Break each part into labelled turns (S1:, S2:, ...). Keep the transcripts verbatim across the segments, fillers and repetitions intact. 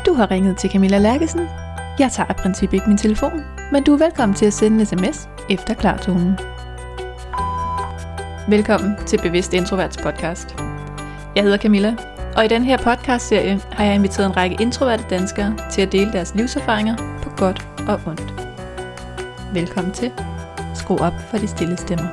S1: Du har ringet til Camilla Lærkesen. Jeg tager af princip ikke min telefon, men du er velkommen til at sende en sms efter klartonen. Velkommen til Bevidst Introverts podcast. Jeg hedder Camilla, og i den her podcastserie har jeg inviteret en række introverte danskere til at dele deres livserfaringer på godt og ondt. Velkommen til. Skru op for de stille stemmer.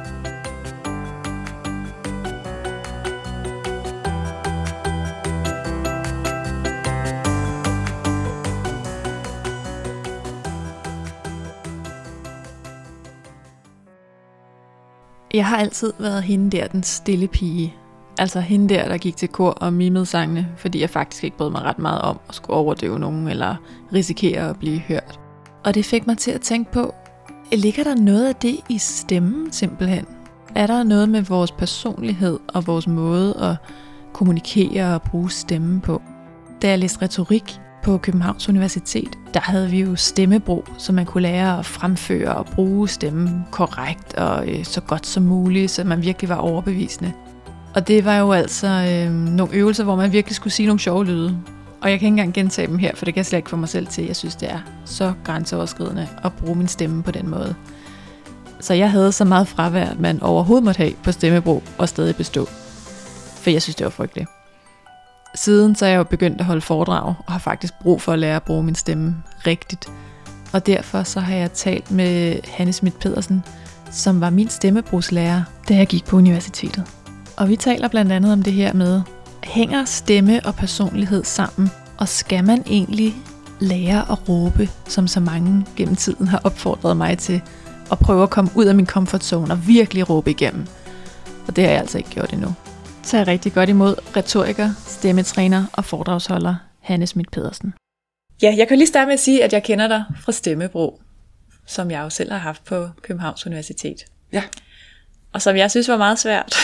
S1: Jeg har altid været hende der, den stille pige. Altså hende der, der gik til kor og mimede sangene, fordi jeg faktisk ikke brød mig ret meget om at skulle overdøve nogen eller risikere at blive hørt. Og det fik mig til at tænke på, ligger der noget af det i stemmen simpelthen? Er der noget med vores personlighed og vores måde at kommunikere og bruge stemmen på? Da jeg læste retorik på Københavns Universitet, der havde vi jo stemmebrug, så man kunne lære at fremføre og bruge stemmen korrekt og øh, så godt som muligt, så man virkelig var overbevisende. Og det var jo altså øh, nogle øvelser, hvor man virkelig skulle sige nogle sjove lyde. Og jeg kan ikke engang gentage dem her, for det kan jeg slet ikke få mig selv til. Jeg synes, det er så grænseoverskridende at bruge min stemme på den måde. Så jeg havde så meget fravær, at man overhovedet måtte have på stemmebrug og stadig bestå. For jeg synes, det var frygteligt. Siden så er jeg jo begyndt at holde foredrag, og har faktisk brug for at lære at bruge min stemme rigtigt. Og derfor så har jeg talt med Hanne Schmidt Pedersen, som var min stemmebrugslærer, da jeg gik på universitetet. Og vi taler blandt andet om det her med, hænger stemme og personlighed sammen, og skal man egentlig lære at råbe, som så mange gennem tiden har opfordret mig til, og prøve at komme ud af min comfort zone og virkelig råbe igennem. Og det har jeg altså ikke gjort endnu. Så er jeg rigtig godt imod retoriker, stemmetræner og foredragsholder Hanne Schmidt Pedersen. Ja, jeg kan lige starte med at sige, at jeg kender dig fra stemmebrug, som jeg jo selv har haft på Københavns Universitet.
S2: Ja.
S1: Og som jeg synes var meget svært.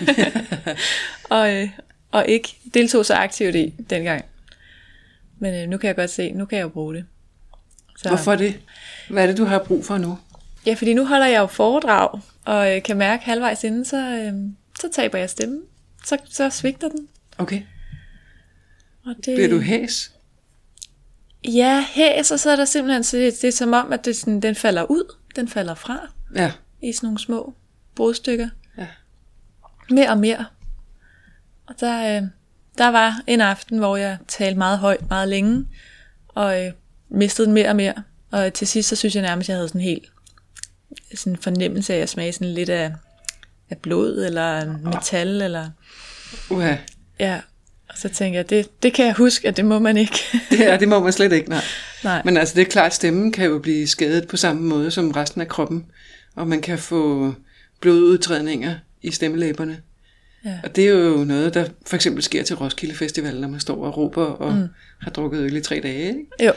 S1: og, øh, og ikke deltog så aktivt i dengang. Men øh, nu kan jeg godt se, nu kan jeg jo bruge det. Så.
S2: Hvorfor det? Hvad er det, du har brug for nu?
S1: Ja, fordi nu holder jeg jo foredrag, og øh, kan mærke halvvejs inden, så, øh, så taber jeg stemmen. Så, så svigter den.
S2: Okay.
S1: Og det,
S2: bliver du hæs?
S1: Ja, hæs, og så er der simpelthen, så det, det er som om, at det sådan, den falder ud. Den falder fra.
S2: Ja.
S1: I sådan nogle små brudstykker.
S2: Ja.
S1: Mere og mere. Og der, øh, der var en aften, hvor jeg talte meget højt, meget længe, og øh, mistede den mere og mere. Og til sidst, så synes jeg nærmest, at jeg havde sådan en helt sådan en fornemmelse af at smage sådan lidt af, af blod, eller metal, eller...
S2: Uha.
S1: Ja, og så tænker jeg, det, det kan jeg huske, at det må man ikke.
S2: det, er, det må man slet ikke, nej.
S1: nej.
S2: Men altså, det er klart, at stemmen kan jo blive skadet på samme måde som resten af kroppen, og man kan få blodudtrædninger i stemmelæberne. Ja. Og det er jo noget, der for eksempel sker til Roskilde Festival, når man står og råber og mm. har drukket øl i tre dage, ikke?
S1: Jo.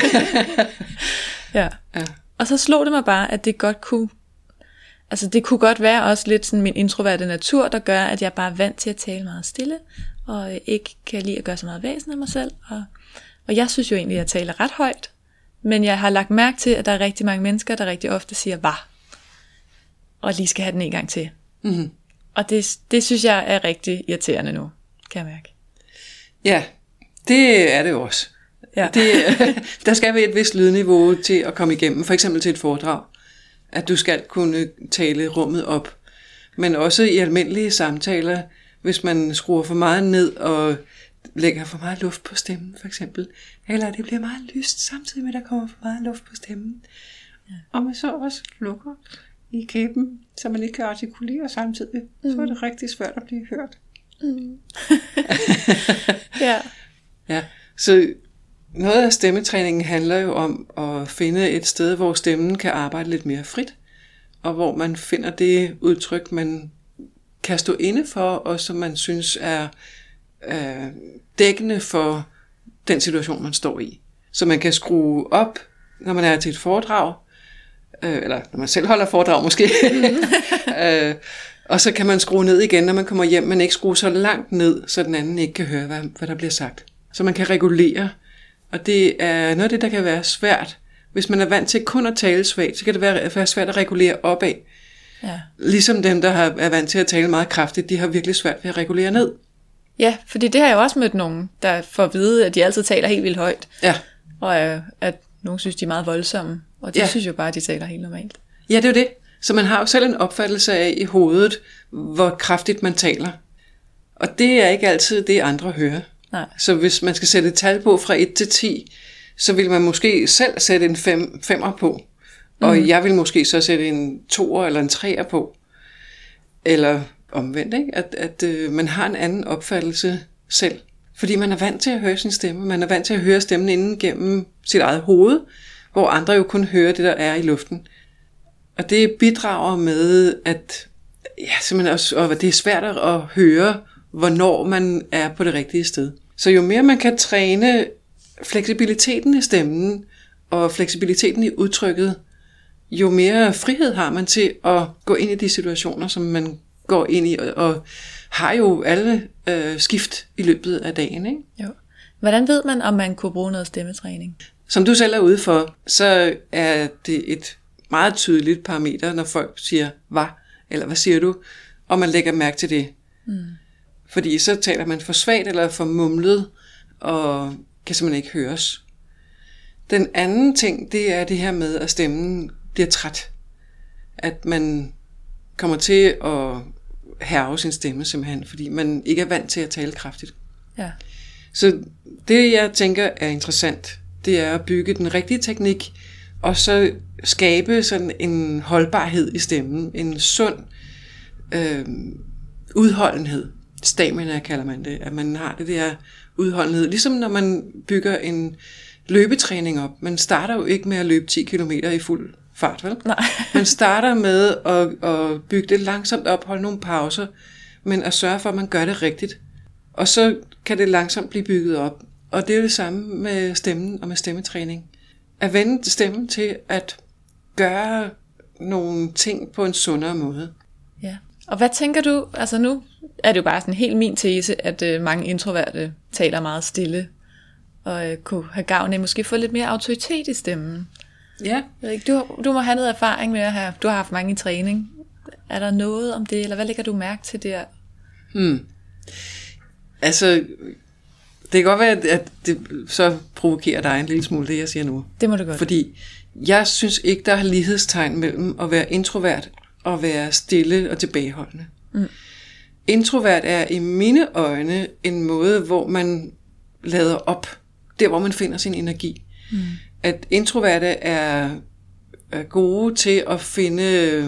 S1: ja.
S2: ja.
S1: Og så slog det mig bare, at det godt kunne, altså det kunne godt være også lidt sådan min introverte natur, der gør, at jeg bare er vant til at tale meget stille, og ikke kan lide at gøre så meget væsen af mig selv. Og, og jeg synes jo egentlig, at jeg taler ret højt, men jeg har lagt mærke til, at der er rigtig mange mennesker, der rigtig ofte siger, var, og lige skal have den en gang til.
S2: Mm-hmm.
S1: Og det, det synes jeg er rigtig irriterende nu, kan jeg mærke.
S2: Ja, det er det også.
S1: Ja.
S2: Det, der skal være et vist lydniveau til at komme igennem, for eksempel til et foredrag, at du skal kunne tale rummet op. Men også i almindelige samtaler, hvis man skruer for meget ned og lægger for meget luft på stemmen, for eksempel. Eller det bliver meget lyst, samtidig med, at der kommer for meget luft på stemmen. Ja. Og man så også lukker i kæben, så man ikke kan artikulere samtidig. Mm. Så er det rigtig svært at blive hørt.
S1: Mm. ja.
S2: Ja, så noget af stemmetræningen handler jo om at finde et sted, hvor stemmen kan arbejde lidt mere frit, og hvor man finder det udtryk, man kan stå inde for, og som man synes er øh, dækkende for den situation, man står i. Så man kan skrue op, når man er til et foredrag, øh, eller når man selv holder foredrag måske, mm. øh, og så kan man skrue ned igen, når man kommer hjem, men ikke skrue så langt ned, så den anden ikke kan høre, hvad, hvad der bliver sagt. Så man kan regulere, og det er noget af det, der kan være svært. Hvis man er vant til kun at tale svagt, så kan det være, være svært at regulere opad.
S1: Ja.
S2: Ligesom dem, der har, er vant til at tale meget kraftigt, de har virkelig svært ved at regulere ned.
S1: Ja, fordi det har jeg også mødt nogen, der får at vide, at de altid taler helt vildt højt.
S2: Ja.
S1: Og øh, at nogen synes, de er meget voldsomme. Og de
S2: Ja.
S1: synes jo bare, at de taler helt normalt.
S2: Ja, det er jo det. Så man har jo selv en opfattelse af i hovedet, hvor kraftigt man taler. Og det er ikke altid det, andre hører.
S1: Nej.
S2: Så hvis man skal sætte et tal på fra et til ti, så vil man måske selv sætte en fem, femmer på. Og mm. jeg vil måske så sætte en toer eller en treer på. Eller omvendt, ikke? At, at øh, man har en anden opfattelse selv. Fordi man er vant til at høre sin stemme. Man er vant til at høre stemmen inden gennem sit eget hoved, hvor andre jo kun hører det, der er i luften. Og det bidrager med, at ja, simpelthen også, og det er svært at høre, hvornår man er på det rigtige sted. Så jo mere man kan træne fleksibiliteten i stemmen og fleksibiliteten i udtrykket, jo mere frihed har man til at gå ind i de situationer, som man går ind i, og, og har jo alle øh, skift i løbet af dagen. Ikke?
S1: Jo. Hvordan ved man, om man kunne bruge noget stemmetræning?
S2: Som du selv er ude for, så er det et meget tydeligt parameter, når folk siger, hvad, eller hvad siger du, og man lægger mærke til det. Mm. Fordi så taler man for svagt eller for mumlet, og kan simpelthen ikke høres. Den anden ting, det er det her med, at stemmen bliver træt. At man kommer til at hærge sin stemme simpelthen, fordi man ikke er vant til at tale kraftigt.
S1: Ja.
S2: Så det, jeg tænker er interessant, det er at bygge den rigtige teknik, og så skabe sådan en holdbarhed i stemmen, en sund øh, udholdenhed. Stamina kalder man det, at man har det der udholdenhed. Ligesom når man bygger en løbetræning op. Man starter jo ikke med at løbe ti kilometer i fuld fart, vel?
S1: Nej.
S2: Man starter med at, at bygge det langsomt op, holde nogle pauser, men at sørge for, at man gør det rigtigt. Og så kan det langsomt blive bygget op. Og det er det samme med stemmen og med stemmetræning. At vende stemmen til at gøre nogle ting på en sundere måde.
S1: Ja. Og hvad tænker du, altså nu er det jo bare sådan helt min tese, at øh, mange introverte taler meget stille, og øh, kunne have gavn af måske få lidt mere autoritet i stemmen.
S2: Ja.
S1: Jeg ved ikke, du, du må have noget erfaring med at have, du har haft mange i træning. Er der noget om det, eller hvad lægger du mærke til der?
S2: Hmm. Altså, det kan godt være, at det så provokerer dig en lille smule, det jeg siger nu.
S1: Det må du godt.
S2: Fordi jeg synes ikke, der er lighedstegn mellem at være introvert og være stille og tilbageholdende. Mm. Introvert er i mine øjne en måde, hvor man lader op, der hvor man finder sin energi. Mm. At introverte er, er gode til at finde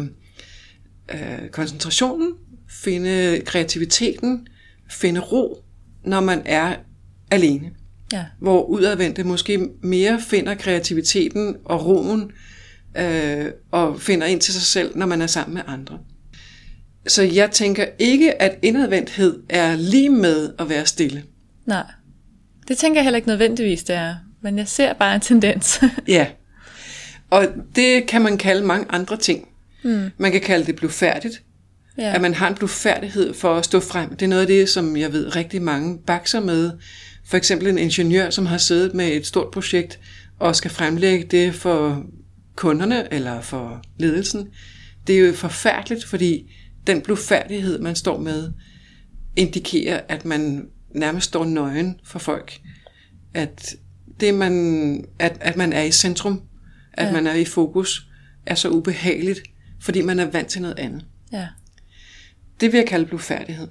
S2: øh, koncentrationen, finde kreativiteten, finde ro, når man er alene. Ja. Hvor udadvendte måske mere finder kreativiteten og roen, øh, og finder ind til sig selv, når man er sammen med andre. Så jeg tænker ikke, at indadvendthed er lige med at være stille.
S1: Nej, det tænker jeg heller ikke nødvendigvis, det er. Men jeg ser bare en tendens.
S2: Ja, og det kan man kalde mange andre ting. Mm. Man kan kalde det blufærdigt. Ja. At man har en blufærdighed for at stå frem. Det er noget af det, som jeg ved rigtig mange bakser med. For eksempel en ingeniør, som har siddet med et stort projekt og skal fremlægge det for kunderne eller for ledelsen. Det er jo forfærdeligt, fordi den blufærdighed, man står med, indikerer, at man nærmest står nøgen for folk. At det man, at, at man er i centrum, at ja. man er i fokus, er så ubehageligt, fordi man er vant til noget andet. Ja. Det vil jeg kalde blufærdighed.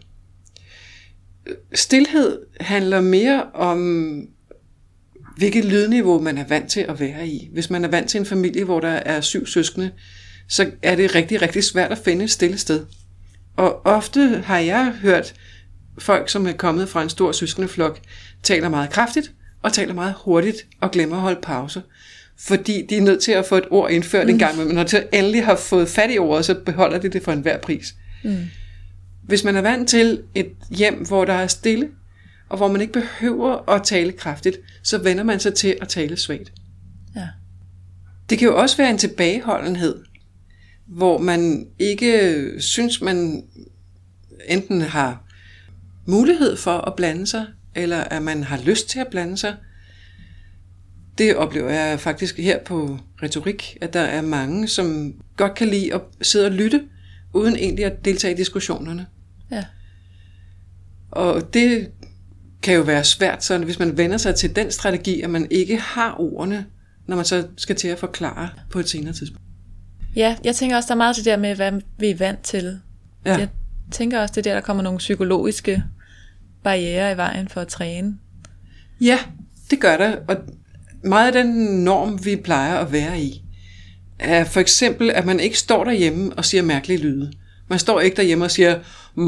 S2: Stilhed handler mere om, hvilket lydniveau man er vant til at være i. Hvis man er vant til en familie, hvor der er syv søskende, så er det rigtig, rigtig svært at finde et stille sted. Og ofte har jeg hørt folk, som er kommet fra en stor søskendeflok, taler meget kraftigt, og taler meget hurtigt, og glemmer at holde pauser. Fordi de er nødt til at få et ord indført mm. en gang, men når de endelig har fået fat i ordet, så beholder de det for enhver pris. Mm. Hvis man er vant til et hjem, hvor der er stille, og hvor man ikke behøver at tale kraftigt, så vender man sig til at tale svagt. Ja. Det kan jo også være en tilbageholdenhed, hvor man ikke synes, man enten har mulighed for at blande sig, eller at man har lyst til at blande sig. Det oplever jeg faktisk her på retorik, at der er mange, som godt kan lide at sidde og lytte, uden egentlig at deltage i diskussionerne. Ja. Og det kan jo være svært, så hvis man vender sig til den strategi, at man ikke har ordene, når man så skal til at forklare på et senere tidspunkt.
S1: Ja, jeg tænker også, der er meget det der med, hvad vi er vant til. Ja. Jeg tænker også, det der, der kommer nogle psykologiske barrierer i vejen for at træne.
S2: Ja, det gør der, og meget af den norm, vi plejer at være i, er for eksempel, at man ikke står derhjemme og siger mærkelige lyde. Man står ikke derhjemme og siger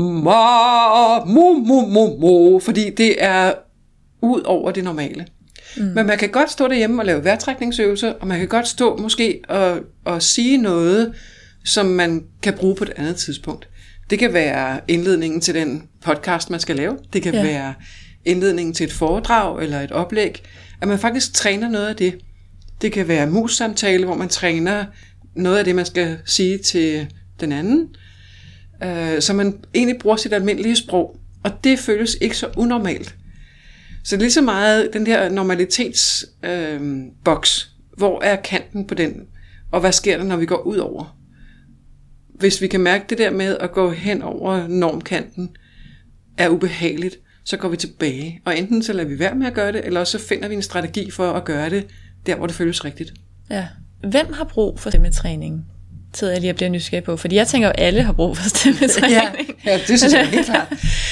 S2: ma, mu, mu, mu, mu, fordi det er ud over det normale. Mm. Men man kan godt stå derhjemme og lave vejrtrækningsøvelser, og man kan godt stå måske og, og sige noget, som man kan bruge på et andet tidspunkt. Det kan være indledningen til den podcast, man skal lave. Det kan ja. være indledningen til et foredrag eller et oplæg. At man faktisk træner noget af det. Det kan være mus-samtale, hvor man træner noget af det, man skal sige til den anden. Øh, så man egentlig bruger sit almindelige sprog. Og det føles ikke så unormalt. Så det er lige så meget den der normalitetsboks. Øh, hvor er kanten på den? Og hvad sker der, når vi går ud over? Hvis vi kan mærke det der med at gå hen over normkanten er ubehageligt, så går vi tilbage. Og enten så lader vi være med at gøre det, eller så finder vi en strategi for at gøre det der, hvor det føles rigtigt. Ja.
S1: Hvem har brug for stemmetræning? Sidder jeg lige og bliver nysgerrig på. Fordi jeg tænker jo, at alle har brug for stemmetræning.
S2: Ja, ja, det synes jeg helt klart.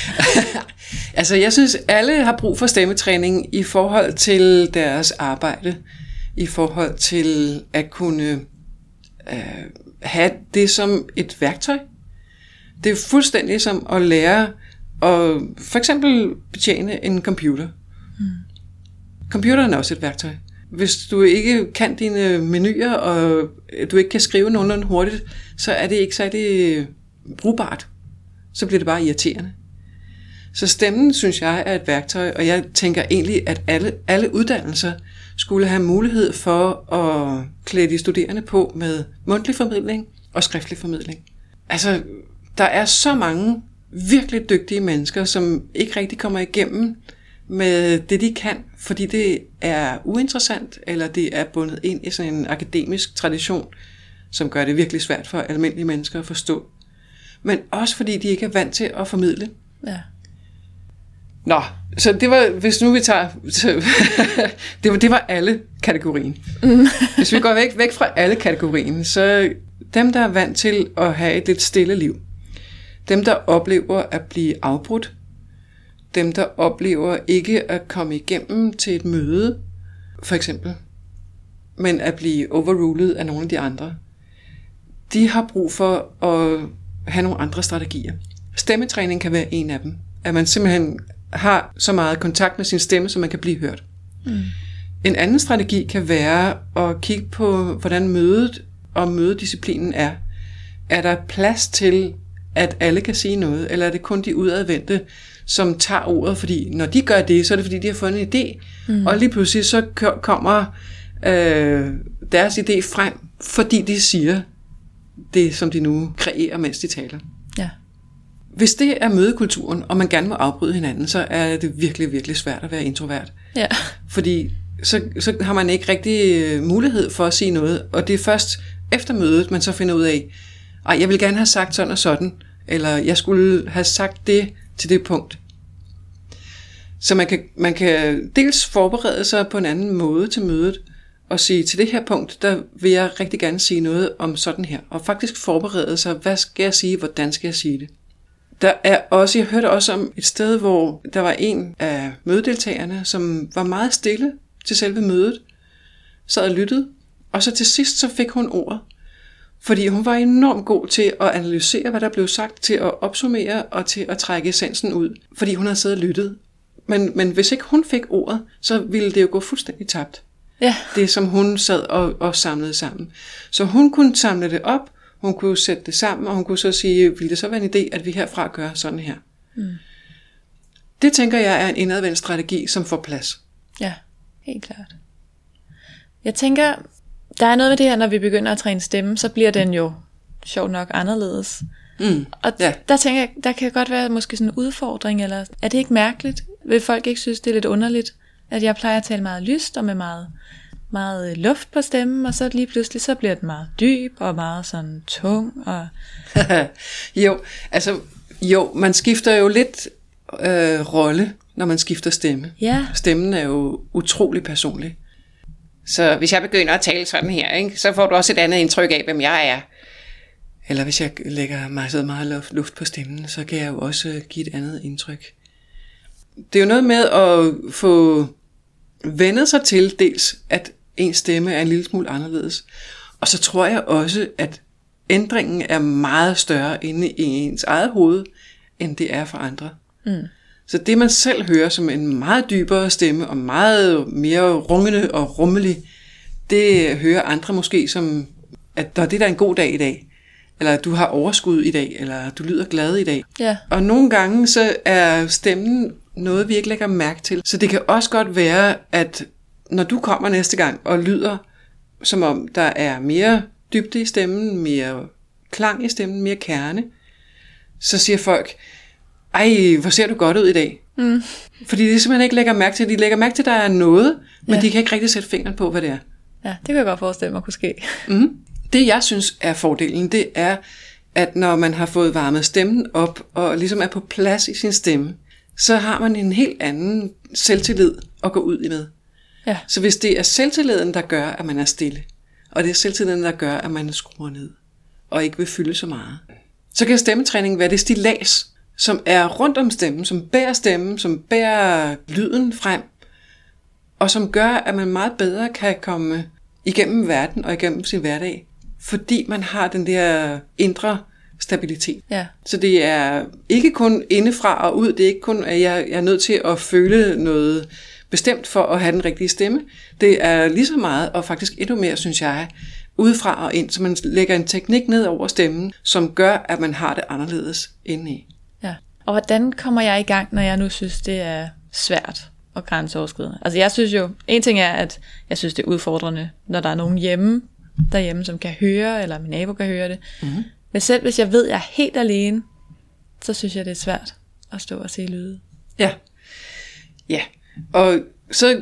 S2: Altså, jeg synes, alle har brug for stemmetræning i forhold til deres arbejde. I forhold til at kunne øh, have det som et værktøj. Det er fuldstændig som at lære at for eksempel betjene en computer. Hmm. Computeren er også et værktøj. Hvis du ikke kan dine menuer, og du ikke kan skrive nogenlunde hurtigt, så er det ikke særlig brugbart. Så bliver det bare irriterende. Så stemmen, synes jeg, er et værktøj, og jeg tænker egentlig, at alle, alle uddannelser skulle have mulighed for at klæde de studerende på med mundtlig formidling og skriftlig formidling. Altså, der er så mange virkelig dygtige mennesker, som ikke rigtig kommer igennem med det, de kan, fordi det er uinteressant, eller det er bundet ind i sådan en akademisk tradition, som gør det virkelig svært for almindelige mennesker at forstå. Men også fordi de ikke er vant til at formidle. Ja. Nå, så det var, hvis nu vi tager, så, det, var, det var alle kategorien. Mm. Hvis vi går væk, væk fra alle kategorien, så dem, der er vant til at have et lidt stille liv, dem, der oplever at blive afbrudt, dem, der oplever ikke at komme igennem til et møde, for eksempel, men at blive overrulet af nogle af de andre, de har brug for at have nogle andre strategier. Stemmetræning kan være en af dem. At man simpelthen har så meget kontakt med sin stemme, så man kan blive hørt. Mm. En anden strategi kan være at kigge på, hvordan mødet og mødedisciplinen er. Er der plads til, at alle kan sige noget, eller er det kun de udadvendte, som tager ordet? Fordi når de gør det, så er det fordi, de har fundet en idé, mm. og lige pludselig så kommer øh, deres idé frem, fordi de siger det, som de nu kreerer, mens de taler. Ja. Hvis det er mødekulturen, og man gerne må afbryde hinanden, så er det virkelig, virkelig svært at være introvert. Ja. Fordi så, så har man ikke rigtig mulighed for at sige noget, og det er først efter mødet, man så finder ud af, ej, jeg vil gerne have sagt sådan og sådan, eller jeg skulle have sagt det til det punkt. Så man kan, man kan dels forberede sig på en anden måde til mødet, og sige, til det her punkt, der vil jeg rigtig gerne sige noget om sådan her, og faktisk forberede sig, hvad skal jeg sige, hvordan skal jeg sige det. Der er også, jeg hørte også om et sted, hvor der var en af mødedeltagerne, som var meget stille til selve mødet, sad og lyttede, og så til sidst så fik hun ordet, fordi hun var enormt god til at analysere, hvad der blev sagt, til at opsummere og til at trække essensen ud, fordi hun havde siddet og lyttet. Men, men hvis ikke hun fik ordet, så ville det jo gå fuldstændig tabt. Ja. Det som hun sad og, og samlede sammen. Så hun kunne samle det op, hun kunne sætte det sammen, og hun kunne så sige, vil det så være en idé, at vi herfra gør sådan her. Mm. Det tænker jeg er en indadvendt strategi, som får plads.
S1: Ja, helt klart. Jeg tænker, der er noget ved det her, når vi begynder at træne stemme, så bliver den jo sjovt nok anderledes. Mm. Og ja. der tænker jeg, der kan godt være måske sådan en udfordring, eller er det ikke mærkeligt? Vil folk ikke synes, det er lidt underligt, at jeg plejer at tale meget lyst og med meget, meget luft på stemmen, og så lige pludselig så bliver den meget dyb og meget sådan tung. Og
S2: jo, altså jo, man skifter jo lidt øh, rolle, når man skifter stemme.
S3: Ja.
S2: Stemmen er jo utrolig personlig.
S4: Så hvis jeg begynder at tale sådan her, ikke, så får du også et andet indtryk af, hvem jeg er.
S2: Eller hvis jeg lægger meget, meget luft på stemmen, så kan jeg jo også give et andet indtryk. Det er jo noget med at få vendet sig til dels, at ens stemme er en lille smule anderledes. Og så tror jeg også, at ændringen er meget større inde i ens eget hoved, end det er for andre. Mm. Så det man selv hører som en meget dybere stemme, og meget mere rungende og rummelig, det hører andre måske som, at der, det der er en god dag i dag. Eller at du har overskud i dag, eller du lyder glad i dag.
S3: Ja.
S2: Og nogle gange så er stemmen noget, vi ikke lægger mærke til. Så det kan også godt være, at når du kommer næste gang og lyder, som om der er mere dybde i stemmen, mere klang i stemmen, mere kerne, så siger folk, ej, hvor ser du godt ud i dag. Mm. Fordi de simpelthen ikke lægger mærke til, de lægger mærke til, at der er noget, men ja. de kan ikke rigtig sætte fingeren på, hvad det er.
S3: Ja, det kan jeg godt forestille mig kunne ske.
S2: Mm. Det jeg synes er fordelen, det er, at når man har fået varmet stemmen op, og ligesom er på plads i sin stemme, så har man en helt anden selvtillid at gå ud i med.
S3: Ja.
S2: Så hvis det er selvtilliden, der gør, at man er stille, og det er selvtilliden, der gør, at man skruer ned, og ikke vil fylde så meget, så kan stemmetræning være det stillads, som er rundt om stemmen, som bærer stemmen, som bærer lyden frem, og som gør, at man meget bedre kan komme igennem verden og igennem sin hverdag, fordi man har den der indre stabilitet.
S3: Ja.
S2: Så det er ikke kun indefra og ud, det er ikke kun, at jeg, jeg er nødt til at føle noget bestemt for at have den rigtige stemme. Det er lige så meget, og faktisk endnu mere, synes jeg, udefra og ind, så man lægger en teknik ned over stemmen, som gør, at man har det anderledes indeni.
S3: Ja. Og hvordan kommer jeg i gang, når jeg nu synes, det er svært og grænseoverskridende? Altså jeg synes jo, en ting er, at jeg synes, det er udfordrende, når der er nogen hjemme, derhjemme, som kan høre, eller min nabo kan høre det. Mm-hmm. Men selv hvis jeg ved, at jeg er helt alene, så synes jeg, det er svært at stå og se lyde.
S2: Ja. Ja. Og så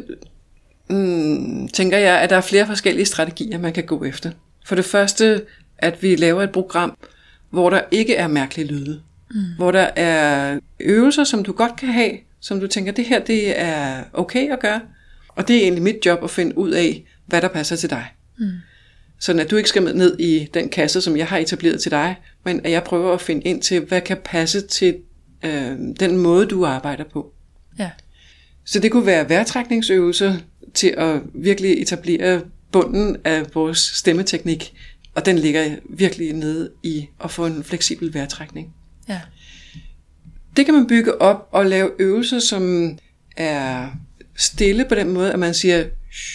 S2: mm, tænker jeg, at der er flere forskellige strategier, man kan gå efter. For det første, at vi laver et program, hvor der ikke er mærkelige lyde. Mm. Hvor der er øvelser, som du godt kan have, som du tænker, det her det er okay at gøre. Og det er egentlig mit job at finde ud af, hvad der passer til dig. Mm. Sådan at du ikke skal ned i den kasse, som jeg har etableret til dig, men at jeg prøver at finde ind til, hvad kan passe til øh, den måde, du arbejder på.
S3: Ja.
S2: Så det kunne være vejrtrækningsøvelser til at virkelig etablere bunden af vores stemmeteknik, og den ligger virkelig nede i at få en fleksibel vejrtrækning.
S3: Ja.
S2: Det kan man bygge op og lave øvelser, som er stille på den måde, at man siger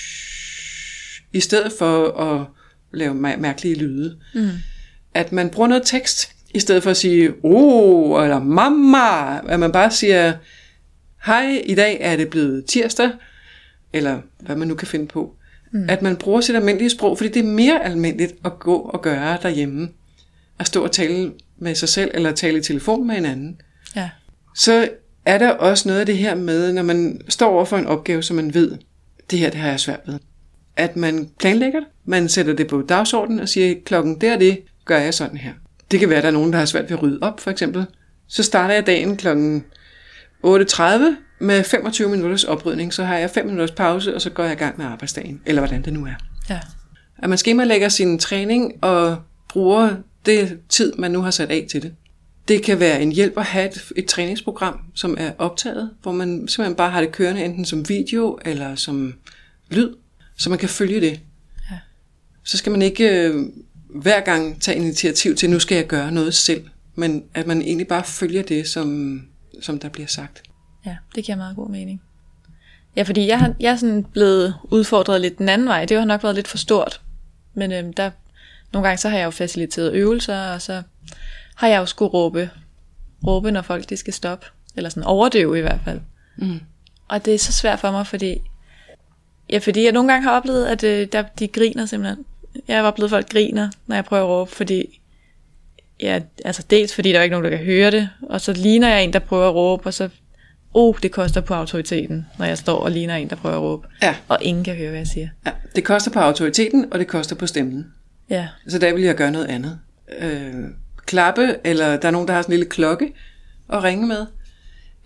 S2: shh, i stedet for at lave mærkelige lyde. Mm. At man bruger noget tekst, i stedet for at sige oh, eller mamma, at man bare siger hej, i dag er det blevet tirsdag, eller hvad man nu kan finde på. Mm. At man bruger sit almindelige sprog, fordi det er mere almindeligt at gå og gøre derhjemme, at stå og tale med sig selv, eller tale i telefon med hinanden.
S3: Ja.
S2: Så er der også noget af det her med, når man står over for en opgave, som man ved, det her det har jeg svært ved. At man planlægger det, man sætter det på dagsordenen og siger, klokken det er det, gør jeg sådan her. Det kan være, at der er nogen, der har svært ved at rydde op, for eksempel. Så starter jeg dagen klokken otte tredive med femogtyve minutters oprydning, så har jeg fem minutters pause, og så går jeg i gang med arbejdsdagen, eller hvordan det nu er.
S3: Ja.
S2: At man skemalægger sin træning og bruger det tid, man nu har sat af til det. Det kan være en hjælp at have et, et træningsprogram, som er optaget, hvor man simpelthen bare har det kørende, enten som video eller som lyd, så man kan følge det.
S3: Ja. Så
S2: skal man ikke øh, hver gang tage initiativ til, nu skal jeg gøre noget selv, men at man egentlig bare følger det, som, som der bliver sagt.
S3: Ja, det giver meget god mening. Ja, fordi jeg har, jeg er sådan blevet udfordret lidt den anden vej. Det har nok været lidt for stort. Men øhm, der, nogle gange så har jeg jo faciliteret øvelser, og så har jeg jo skulle råbe, råbe når folk de skal stoppe. Eller sådan overdøve i hvert fald. Mm. Og det er så svært for mig, fordi, ja, fordi jeg nogle gange har oplevet, at øh, der, de griner simpelthen. Jeg har oplevet, at folk griner, når jeg prøver at råbe, fordi, ja, altså dels fordi der er ikke nogen, der kan høre det, og så ligner jeg en, der prøver at råbe, og så, oh, det koster på autoriteten, når jeg står og ligner en, der prøver at råbe,
S2: ja.
S3: Og ingen kan høre, hvad jeg siger.
S2: Ja, det koster på autoriteten, og det koster på stemmen.
S3: Ja.
S2: Så der vil jeg gøre noget andet. Øh, klappe, eller der er nogen, der har sådan en lille klokke at ringe med.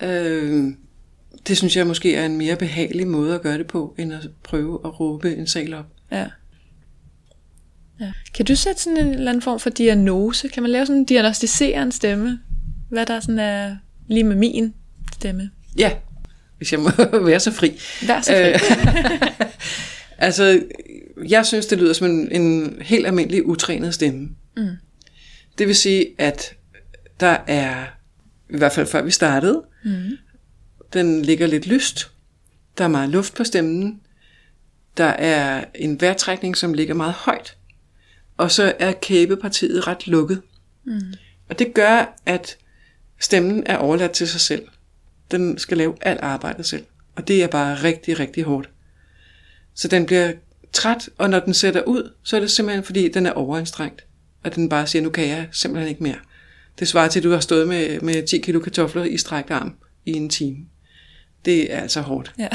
S2: Øh, det synes jeg måske er en mere behagelig måde at gøre det på, end at prøve at råbe en sal op.
S3: Ja. Ja. Kan du sætte sådan en eller anden form for diagnose? Kan man lave sådan en diagnostisere en stemme? Hvad der sådan er lige med min stemme?
S2: Ja, hvis jeg må være så fri.
S3: Vær så fri.
S2: Altså, jeg synes, det lyder som en, en helt almindelig utrænet stemme. Mm. Det vil sige, at der er, i hvert fald før vi startede, mm. den ligger lidt lyst. Der er meget luft på stemmen. Der er en vejrtrækning, som ligger meget højt. Og så er kæbepartiet ret lukket. Mm. Og det gør, at stemmen er overladt til sig selv. Den skal lave alt arbejdet selv. Og det er bare rigtig, rigtig hårdt. Så den bliver træt, og når den sætter ud, så er det simpelthen fordi, den er overanstrengt. Og den bare siger, nu kan jeg simpelthen ikke mere. Det svarer til, at du har stået med, med ti kilo kartofler i strækt arm i en time. Det er altså hårdt. Ja.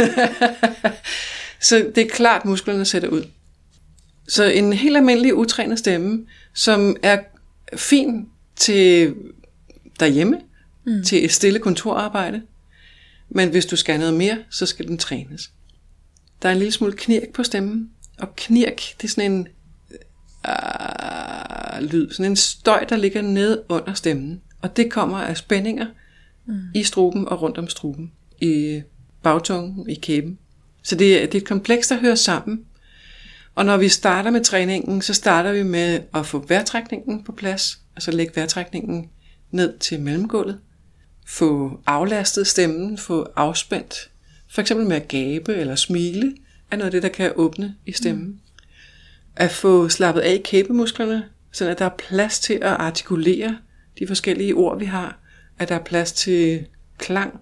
S2: Så det er klart, musklerne sætter ud. Så en helt almindelig utrænet stemme, som er fin til derhjemme, mm. til et stille kontorarbejde. Men hvis du skal noget mere, så skal den trænes. Der er en lille smule knirk på stemmen. Og knirk, det er sådan en øh, lyd, sådan en støj, der ligger nede under stemmen. Og det kommer af spændinger mm. i struben og rundt om struben. I bagtungen, i kæben. Så det er, det er et kompleks, der hører sammen. Og når vi starter med træningen, så starter vi med at få vejrtrækningen på plads. Altså lægge vejrtrækningen ned til mellemgulvet. Få aflastet stemmen, få afspændt. For eksempel med at gabe eller smile, er noget af det, der kan åbne i stemmen. Mm. At få slappet af i kæbemusklerne, så at der er plads til at artikulere de forskellige ord, vi har. At der er plads til klang.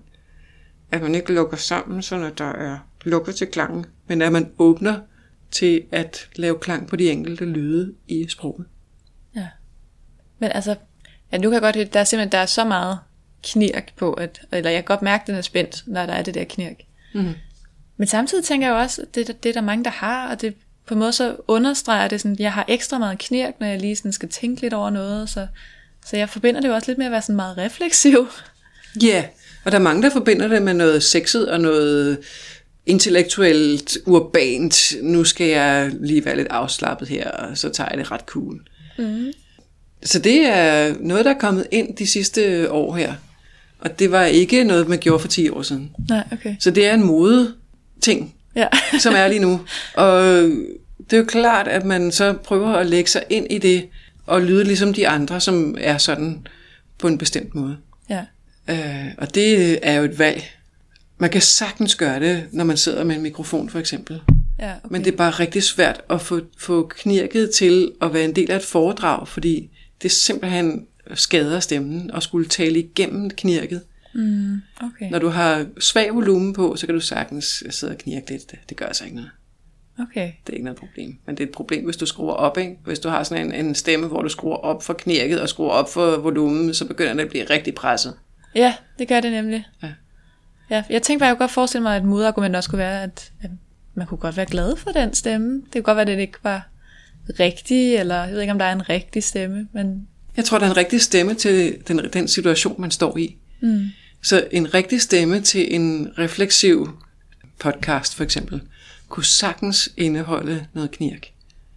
S2: At man ikke lukker sammen, så at der er lukket til klangen, men at man åbner til at lave klang på de enkelte lyde i sproget. Ja.
S3: Men altså, ja, nu kan jeg godt høre, der er simpelthen der er så meget knirk på, at, eller jeg kan godt mærke, at den er spændt, når der er det der knirk. Mm. Men samtidig tænker jeg jo også, at det, det er der mange, der har, og det på en måde så understreger det sådan, at jeg har ekstra meget knirk, når jeg lige sådan skal tænke lidt over noget, så, så jeg forbinder det jo også lidt med at være sådan meget refleksiv.
S2: Ja, yeah. Og der er mange, der forbinder det med noget sexet og noget intellektuelt, urbant. Nu skal jeg lige være lidt afslappet her, og så tager jeg det ret cool. Mm. Så det er noget, der er kommet ind de sidste år her. Og det var ikke noget, man gjorde for ti år siden.
S3: Nej, okay.
S2: Så det er en mode-ting, ja. Som er lige nu. Og det er jo klart, at man så prøver at lægge sig ind i det, og lyde ligesom de andre, som er sådan på en bestemt måde. Ja. Øh, og det er jo et valg. Man kan sagtens gøre det, når man sidder med en mikrofon for eksempel. Ja, okay. Men det er bare rigtig svært at få, få knirket til at være en del af et foredrag, fordi det simpelthen skader stemmen at skulle tale igennem knirket. Mm, okay. Når du har svag volumen på, så kan du sagtens sidde og knirke lidt. Det gør altså ikke noget. Okay. Det er ikke noget problem. Men det er et problem, hvis du skruer op, ikke? Hvis du har sådan en, en stemme, hvor du skruer op for knirket og skruer op for volumen, så begynder det at blive rigtig presset.
S3: Ja, det gør det nemlig. Ja. Ja, jeg tænkte bare, jeg kunne godt forestille mig, at et modargument også kunne være, at, at man kunne godt være glad for den stemme. Det kunne godt være, at det ikke var rigtig, eller jeg ved ikke, om der er en rigtig stemme. Men
S2: jeg tror, der er en rigtig stemme til den, den situation, man står i. Mm. Så en rigtig stemme til en refleksiv podcast, for eksempel, kunne sagtens indeholde noget knirk.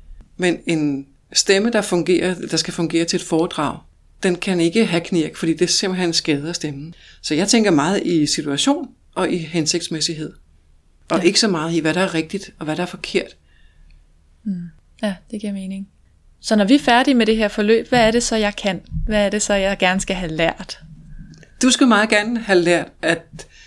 S2: Men en stemme, der, fungerer, der skal fungere til et foredrag, den kan ikke have knirk, fordi det simpelthen skader stemmen. Så jeg tænker meget i situation og i hensigtsmæssighed. Og ja. Ikke så meget i, hvad der er rigtigt og hvad der er forkert.
S3: Mm. Ja, det giver mening. Så når vi er færdige med det her forløb, hvad er det så, jeg kan? Hvad er det så, jeg gerne skal have lært?
S2: Du skal meget gerne have lært at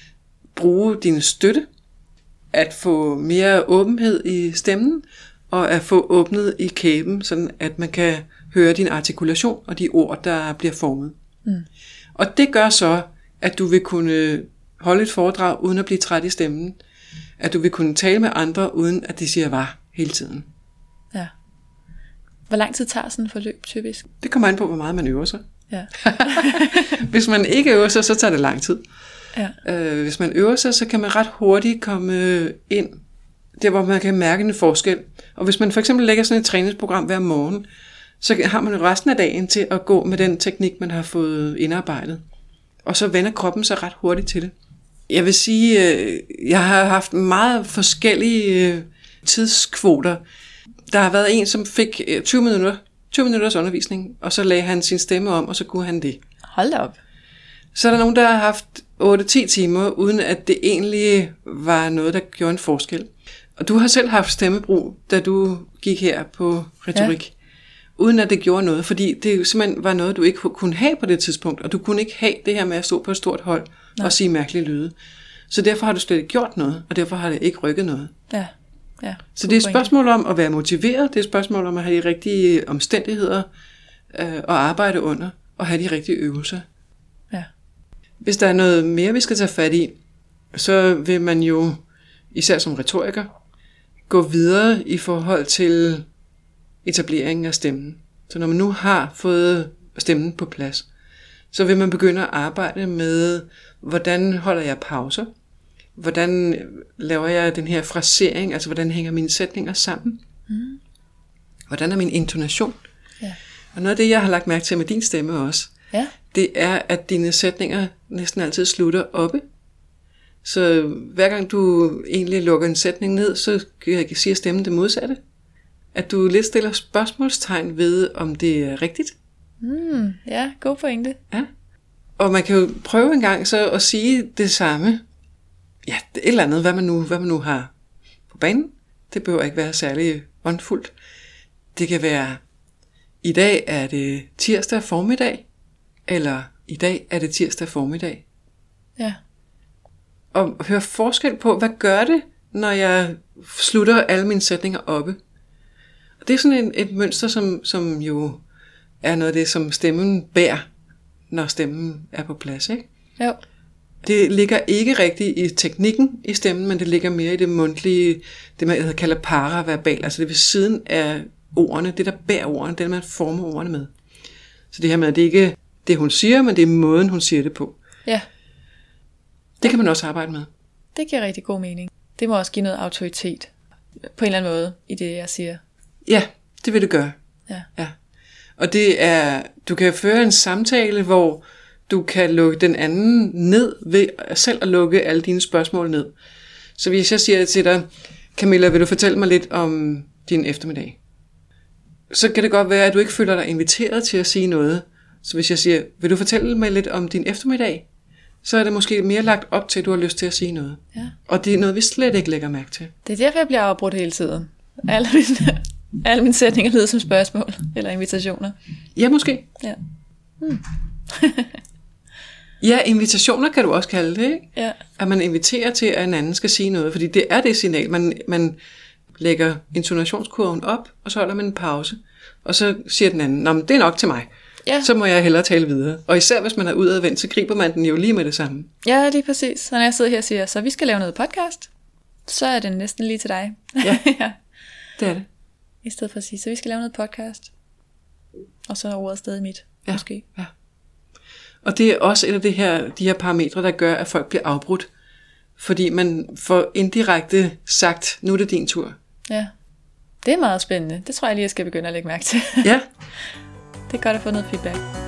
S2: bruge din støtte, at få mere åbenhed i stemmen, og at få åbnet i kæben, sådan at man kan høre din artikulation og de ord, der bliver formet. Mm. Og det gør så, at du vil kunne holde et foredrag uden at blive træt i stemmen. At du vil kunne tale med andre, uden at de siger var hele tiden. Ja.
S3: Hvor lang tid tager sådan et forløb typisk?
S2: Det kommer an på, hvor meget man øver sig. Ja. Hvis man ikke øver sig, så tager det lang tid. Ja. Øh, hvis man øver sig, så kan man ret hurtigt komme ind, der hvor man kan mærke en forskel. Og hvis man for eksempel lægger sådan et træningsprogram hver morgen, så har man jo resten af dagen til at gå med den teknik, man har fået indarbejdet. Og så vender kroppen sig ret hurtigt til det. Jeg vil sige, øh, jeg har haft meget forskellige øh, tidskvoter. Der har været en, som fik øh, tyve minutter, tyve minutters undervisning, og så lagde han sin stemme om, og så kunne han det.
S3: Hold da op.
S2: Så er der nogen, der har haft otte til ti timer, uden at det egentlig var noget, der gjorde en forskel. Og du har selv haft stemmebrug, da du gik her på retorik, ja. Uden at det gjorde noget, fordi det simpelthen var noget, du ikke kunne have på det tidspunkt, og du kunne ikke have det her med at stå på et stort hold Nej. Og sige mærkelige lyde. Så derfor har du slet ikke gjort noget, og derfor har det ikke rykket noget.
S3: Ja. Ja,
S2: så det er et spørgsmål om at være motiveret, det er et spørgsmål om at have de rigtige omstændigheder øh, at arbejde under, og have de rigtige øvelser.
S3: Ja.
S2: Hvis der er noget mere, vi skal tage fat i, så vil man jo, især som retoriker, gå videre i forhold til etableringen af stemmen. Så når man nu har fået stemmen på plads, så vil man begynde at arbejde med, hvordan holder jeg pauser, hvordan laver jeg den her frasering, altså hvordan hænger mine sætninger sammen, mm. hvordan er min intonation. Ja. Og noget af det, jeg har lagt mærke til med din stemme også, ja. Det er, at dine sætninger næsten altid slutter oppe. Så hver gang du egentlig lukker en sætning ned, så siger stemmen det modsatte. At du lidt stiller spørgsmålstegn ved, om det er rigtigt.
S3: Mm, ja, god pointe.
S2: Ja. Og man kan jo prøve en gang så at sige det samme. Ja, et eller andet, hvad man nu, hvad man nu har på banen. Det behøver ikke være særlig åndfuldt. Det kan være, i dag er det tirsdag formiddag, eller i dag er det tirsdag formiddag.
S3: Ja.
S2: Og høre forskel på, hvad gør det, når jeg slutter alle mine sætninger oppe. Og det er sådan en, et mønster, som, som jo er noget af det, som stemmen bærer, når stemmen er på plads, ikke?
S3: Jo.
S2: Det ligger ikke rigtigt i teknikken i stemmen, men det ligger mere i det mundtlige, det man kalder paraverbal, altså det ved siden af ordene, det der bærer ordene, det der man former ordene med. Så det her med, at det ikke er det, hun siger, men det er måden, hun siger det på.
S3: Ja.
S2: Det kan man også arbejde med.
S3: Det giver rigtig god mening. Det må også give noget autoritet, på en eller anden måde, i det, jeg siger.
S2: Ja, det vil det gøre.
S3: Ja.
S2: Ja. Og det er, du kan føre en samtale, hvor du kan lukke den anden ned ved selv at lukke alle dine spørgsmål ned. Så hvis jeg siger til dig, Camilla, vil du fortælle mig lidt om din eftermiddag? Så kan det godt være, at du ikke føler dig inviteret til at sige noget. Så hvis jeg siger, vil du fortælle mig lidt om din eftermiddag? Så er det måske mere lagt op til, at du har lyst til at sige noget.
S3: Ja.
S2: Og det er noget, vi slet ikke lægger mærke til.
S3: Det er derfor, jeg bliver afbrudt hele tiden. Alle mine, alle mine sætninger lyder som spørgsmål eller invitationer.
S2: Ja, måske.
S3: Ja. Hmm.
S2: Ja, invitationer kan du også kalde det, ikke?
S3: Ja.
S2: At man inviterer til, at en anden skal sige noget. Fordi det er det signal. Man, man lægger intonationskurven op, og så holder man en pause. Og så siger den anden, nå, men det er nok til mig. Ja. Så må jeg hellere tale videre. Og især hvis man er udadvendt, så griber man den jo lige med det samme.
S3: Ja, det er præcis. Så når jeg sidder her og siger, så vi skal lave noget podcast, så er det næsten lige til dig.
S2: Ja, ja. Det er det.
S3: I stedet for at sige, så vi skal lave noget podcast. Og så er ordet stadig mit,
S2: ja.
S3: måske.
S2: Ja. Og det er også et af det her, de her parametre, der gør, at folk bliver afbrudt. Fordi man får indirekte sagt, nu er det din tur.
S3: Ja, det er meget spændende. Det tror jeg lige, jeg skal begynde at lægge mærke til.
S2: Ja.
S3: Det er godt at få noget feedback.